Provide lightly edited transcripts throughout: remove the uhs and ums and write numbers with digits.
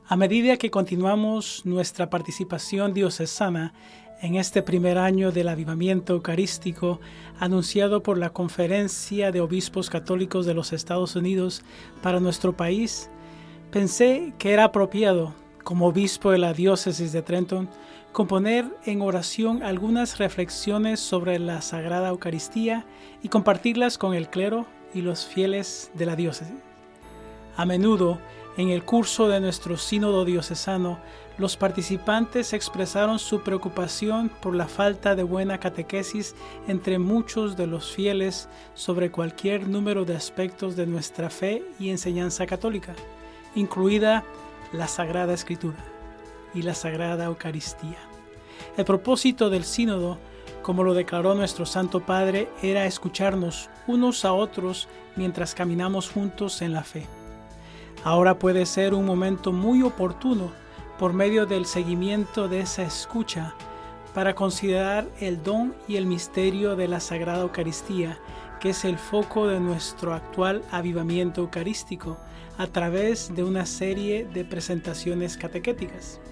A medida que continuamos nuestra participación diocesana en este primer año del avivamiento eucarístico anunciado por la Conferencia de Obispos Católicos de los Estados Unidos para nuestro país, pensé que era apropiado, como obispo de la diócesis de Trenton, componer en oración algunas reflexiones sobre la Sagrada Eucaristía y compartirlas con el clero y los fieles de la diócesis. A menudo, en el curso de nuestro sínodo diocesano, los participantes expresaron su preocupación por la falta de buena catequesis entre muchos de los fieles sobre cualquier número de aspectos de nuestra fe y enseñanza católica, incluida la Sagrada Escritura y la Sagrada Eucaristía. El propósito del sínodo, como lo declaró nuestro Santo Padre, era escucharnos unos a otros mientras caminamos juntos en la fe. Ahora puede ser un momento muy oportuno, por medio del seguimiento de esa escucha, para considerar el don y el misterio de la Sagrada Eucaristía, que es el foco de nuestro actual avivamiento eucarístico, a través de una serie de presentaciones catequéticas.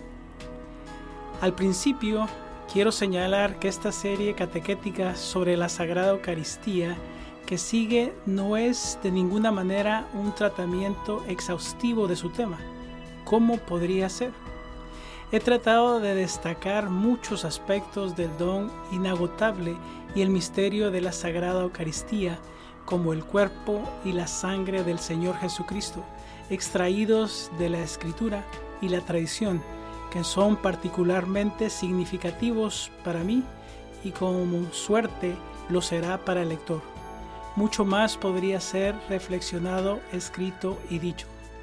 Al principio, quiero señalar que esta serie catequética sobre la Sagrada Eucaristía que sigue no es de ninguna manera un tratamiento exhaustivo de su tema. ¿Cómo podría ser? He tratado de destacar muchos aspectos del don inagotable y el misterio de la Sagrada Eucaristía, como el cuerpo y la sangre del Señor Jesucristo, extraídos de la Escritura y la tradición, que son particularmente significativos para mí y como suerte lo será para el lector. Mucho más podría ser reflexionado, escrito y dicho.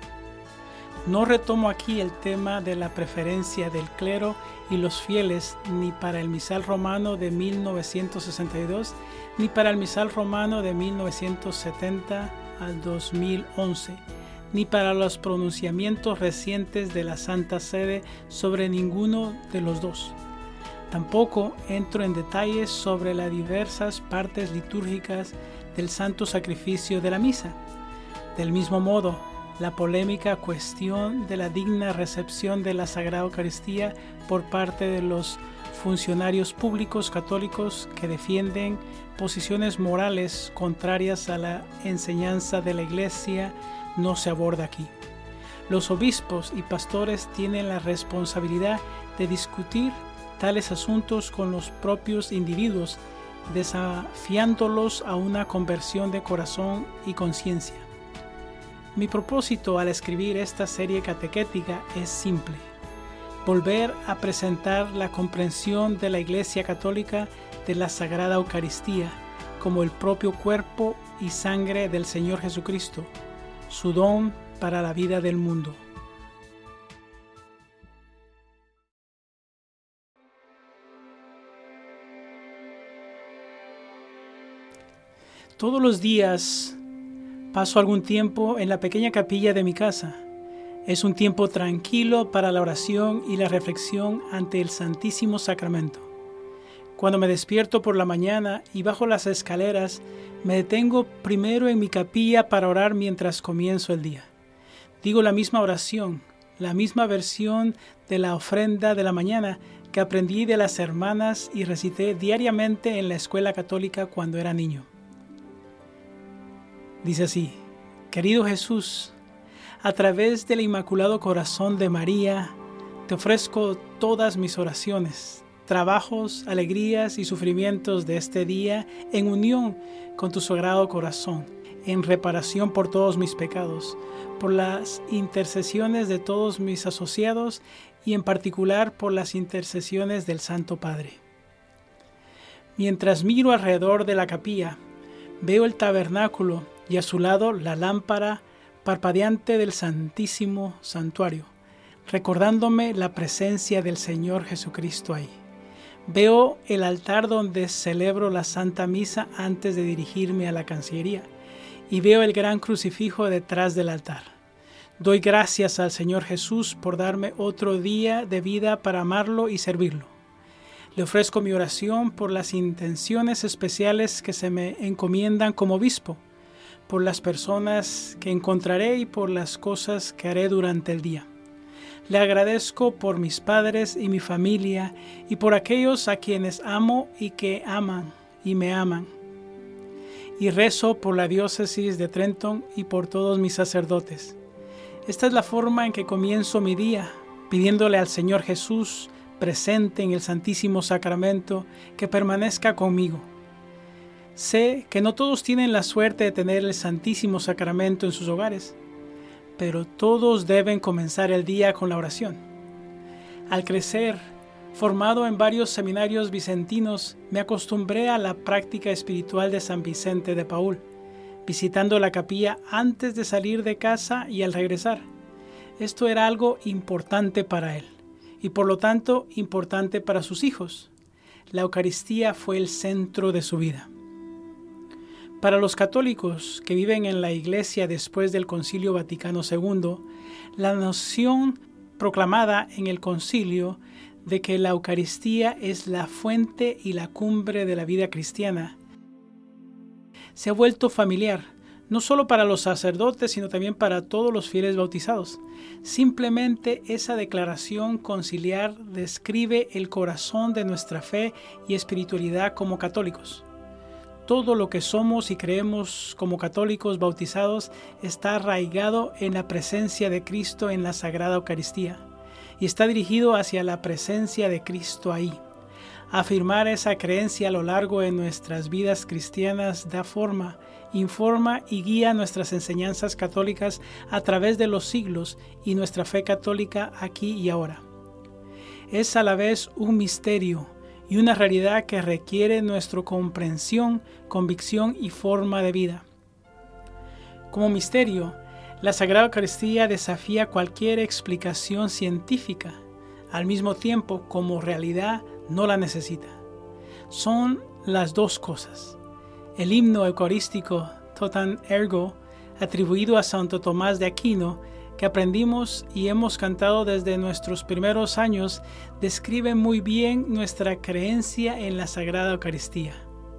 No retomo aquí el tema de la preferencia del clero y los fieles ni para el misal romano de 1962 ni para el misal romano de 1970 al 2011, ni para los pronunciamientos recientes de la Santa Sede sobre ninguno de los dos. Tampoco entro en detalles sobre las diversas partes litúrgicas del santo sacrificio de la misa. Del mismo modo, la polémica cuestión de la digna recepción de la Sagrada Eucaristía por parte de los funcionarios públicos católicos que defienden posiciones morales contrarias a la enseñanza de la Iglesia no se aborda aquí. Los obispos y pastores tienen la responsabilidad de discutir tales asuntos con los propios individuos, desafiándolos a una conversión de corazón y conciencia. Mi propósito al escribir esta serie catequética es simple: volver a presentar la comprensión de la Iglesia Católica de la Sagrada Eucaristía como el propio cuerpo y sangre del Señor Jesucristo, su don para la vida del mundo. Todos los días paso algún tiempo en la pequeña capilla de mi casa. Es un tiempo tranquilo para la oración y la reflexión ante el Santísimo Sacramento. Cuando me despierto por la mañana y bajo las escaleras, me detengo primero en mi capilla para orar mientras comienzo el día. Digo la misma oración, la misma versión de la ofrenda de la mañana que aprendí de las hermanas y recité diariamente en la escuela católica cuando era niño. Dice así: Querido Jesús, a través del Inmaculado Corazón de María, te ofrezco todas mis oraciones, trabajos, alegrías y sufrimientos de este día en unión con tu Sagrado Corazón, en reparación por todos mis pecados, por las intercesiones de todos mis asociados y en particular por las intercesiones del Santo Padre. Mientras miro alrededor de la capilla, veo el tabernáculo y a su lado la lámpara parpadeante del Santísimo Santuario, recordándome la presencia del Señor Jesucristo ahí. Veo el altar donde celebro la Santa Misa antes de dirigirme a la Cancillería y veo el gran crucifijo detrás del altar. Doy gracias al Señor Jesús por darme otro día de vida para amarlo y servirlo. Le ofrezco mi oración por las intenciones especiales que se me encomiendan como obispo, por las personas que encontraré y por las cosas que haré durante el día. Le agradezco por mis padres y mi familia y por aquellos a quienes amo y que aman y me aman. Y rezo por la diócesis de Trenton y por todos mis sacerdotes. Esta es la forma en que comienzo mi día, pidiéndole al Señor Jesús, presente en el Santísimo Sacramento, que permanezca conmigo. Sé que no todos tienen la suerte de tener el Santísimo Sacramento en sus hogares, pero todos deben comenzar el día con la oración. Al crecer, formado en varios seminarios vicentinos, me acostumbré a la práctica espiritual de San Vicente de Paúl, visitando la capilla antes de salir de casa y al regresar. Esto era algo importante para él y por lo tanto importante para sus hijos. La Eucaristía fue el centro de su vida. Para los católicos que viven en la Iglesia después del Concilio Vaticano II, la noción proclamada en el concilio de que la Eucaristía es la fuente y la cumbre de la vida cristiana se ha vuelto familiar, no solo para los sacerdotes, sino también para todos los fieles bautizados. Simplemente esa declaración conciliar describe el corazón de nuestra fe y espiritualidad como católicos. Todo lo que somos y creemos como católicos bautizados está arraigado en la presencia de Cristo en la Sagrada Eucaristía y está dirigido hacia la presencia de Cristo ahí. Afirmar esa creencia a lo largo de nuestras vidas cristianas da forma, informa y guía nuestras enseñanzas católicas a través de los siglos y nuestra fe católica aquí y ahora. Es a la vez un misterio y una realidad que requiere nuestra comprensión, convicción y forma de vida. Como misterio, la Sagrada Eucaristía desafía cualquier explicación científica. Al mismo tiempo, como realidad, no la necesita. Son las dos cosas. El himno eucarístico Totan Ergo, atribuido a Santo Tomás de Aquino, que aprendimos y hemos cantado desde nuestros primeros años, describe muy bien nuestra creencia en la Sagrada Eucaristía.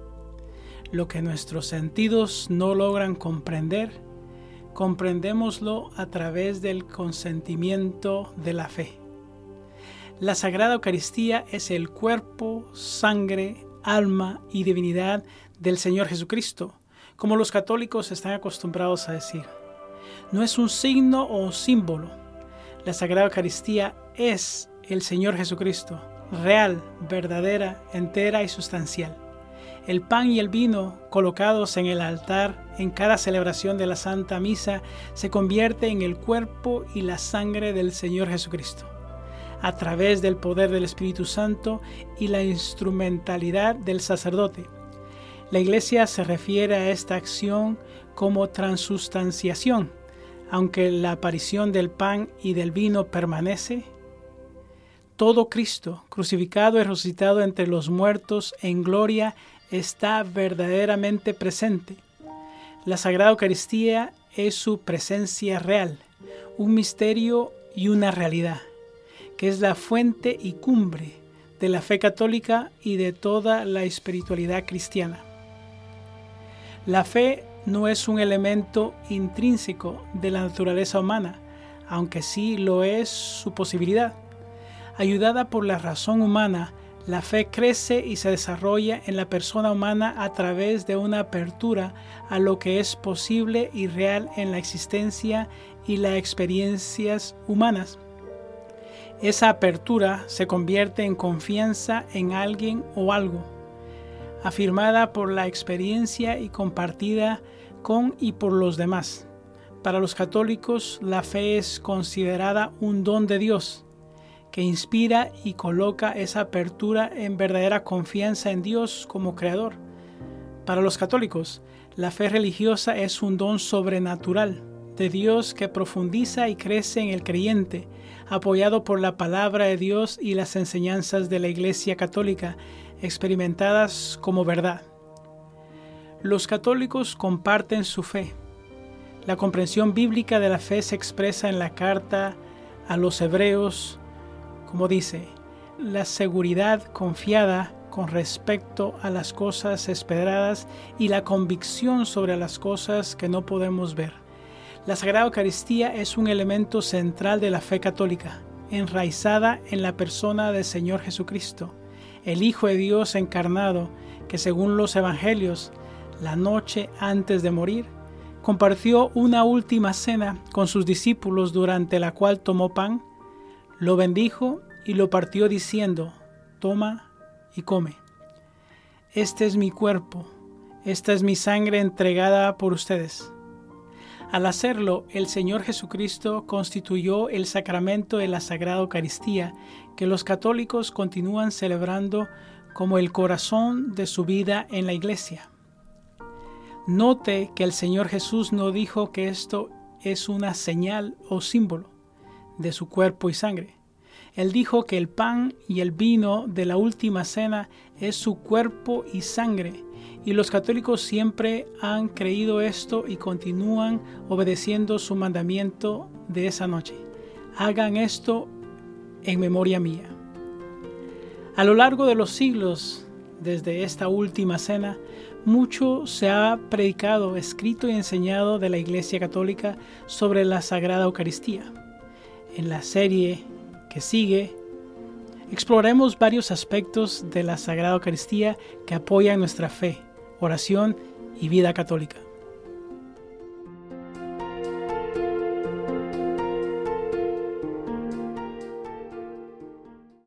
Lo que nuestros sentidos no logran comprender, comprendémoslo a través del consentimiento de la fe. La Sagrada Eucaristía es el cuerpo, sangre, alma y divinidad del Señor Jesucristo, como los católicos están acostumbrados a decir. No es un signo o un símbolo. La Sagrada Eucaristía es el Señor Jesucristo, real, verdadera, entera y sustancial. El pan y el vino colocados en el altar en cada celebración de la Santa Misa se convierte en el cuerpo y la sangre del Señor Jesucristo, a través del poder del Espíritu Santo y la instrumentalidad del sacerdote. La Iglesia se refiere a esta acción como transustanciación. Aunque la aparición del pan y del vino permanece, todo Cristo, crucificado y resucitado entre los muertos en gloria, está verdaderamente presente. La Sagrada Eucaristía es su presencia real, un misterio y una realidad, que es la fuente y cumbre de la fe católica y de toda la espiritualidad cristiana. La fe no es un elemento intrínseco de la naturaleza humana, aunque sí lo es su posibilidad. Ayudada por la razón humana, la fe crece y se desarrolla en la persona humana a través de una apertura a lo que es posible y real en la existencia y las experiencias humanas. Esa apertura se convierte en confianza en alguien o algo, afirmada por la experiencia y compartida con y por los demás. Para los católicos, la fe es considerada un don de Dios, que inspira y coloca esa apertura en verdadera confianza en Dios como Creador. Para los católicos, la fe religiosa es un don sobrenatural de Dios que profundiza y crece en el creyente, apoyado por la palabra de Dios y las enseñanzas de la Iglesia Católica, experimentadas como verdad. Los católicos comparten su fe. La comprensión bíblica de la fe se expresa en la carta a los Hebreos, como dice, la seguridad confiada con respecto a las cosas esperadas y la convicción sobre las cosas que no podemos ver. La Sagrada Eucaristía es un elemento central de la fe católica, enraizada en la persona del Señor Jesucristo, el Hijo de Dios encarnado, que según los Evangelios, la noche antes de morir, compartió una última cena con sus discípulos, durante la cual tomó pan, lo bendijo y lo partió diciendo: toma y come. Este es mi cuerpo, esta es mi sangre entregada por ustedes. Al hacerlo, el Señor Jesucristo constituyó el sacramento de la Sagrada Eucaristía, que los católicos continúan celebrando como el corazón de su vida en la Iglesia. Note que el Señor Jesús no dijo que esto es una señal o símbolo de su cuerpo y sangre. Él dijo que el pan y el vino de la última cena es su cuerpo y sangre, y los católicos siempre han creído esto y continúan obedeciendo su mandamiento de esa noche: hagan esto en memoria mía. A lo largo de los siglos, desde esta última cena, mucho se ha predicado, escrito y enseñado de la Iglesia Católica sobre la Sagrada Eucaristía. En la serie que sigue, exploraremos varios aspectos de la Sagrada Eucaristía que apoyan nuestra fe, oración y vida católica.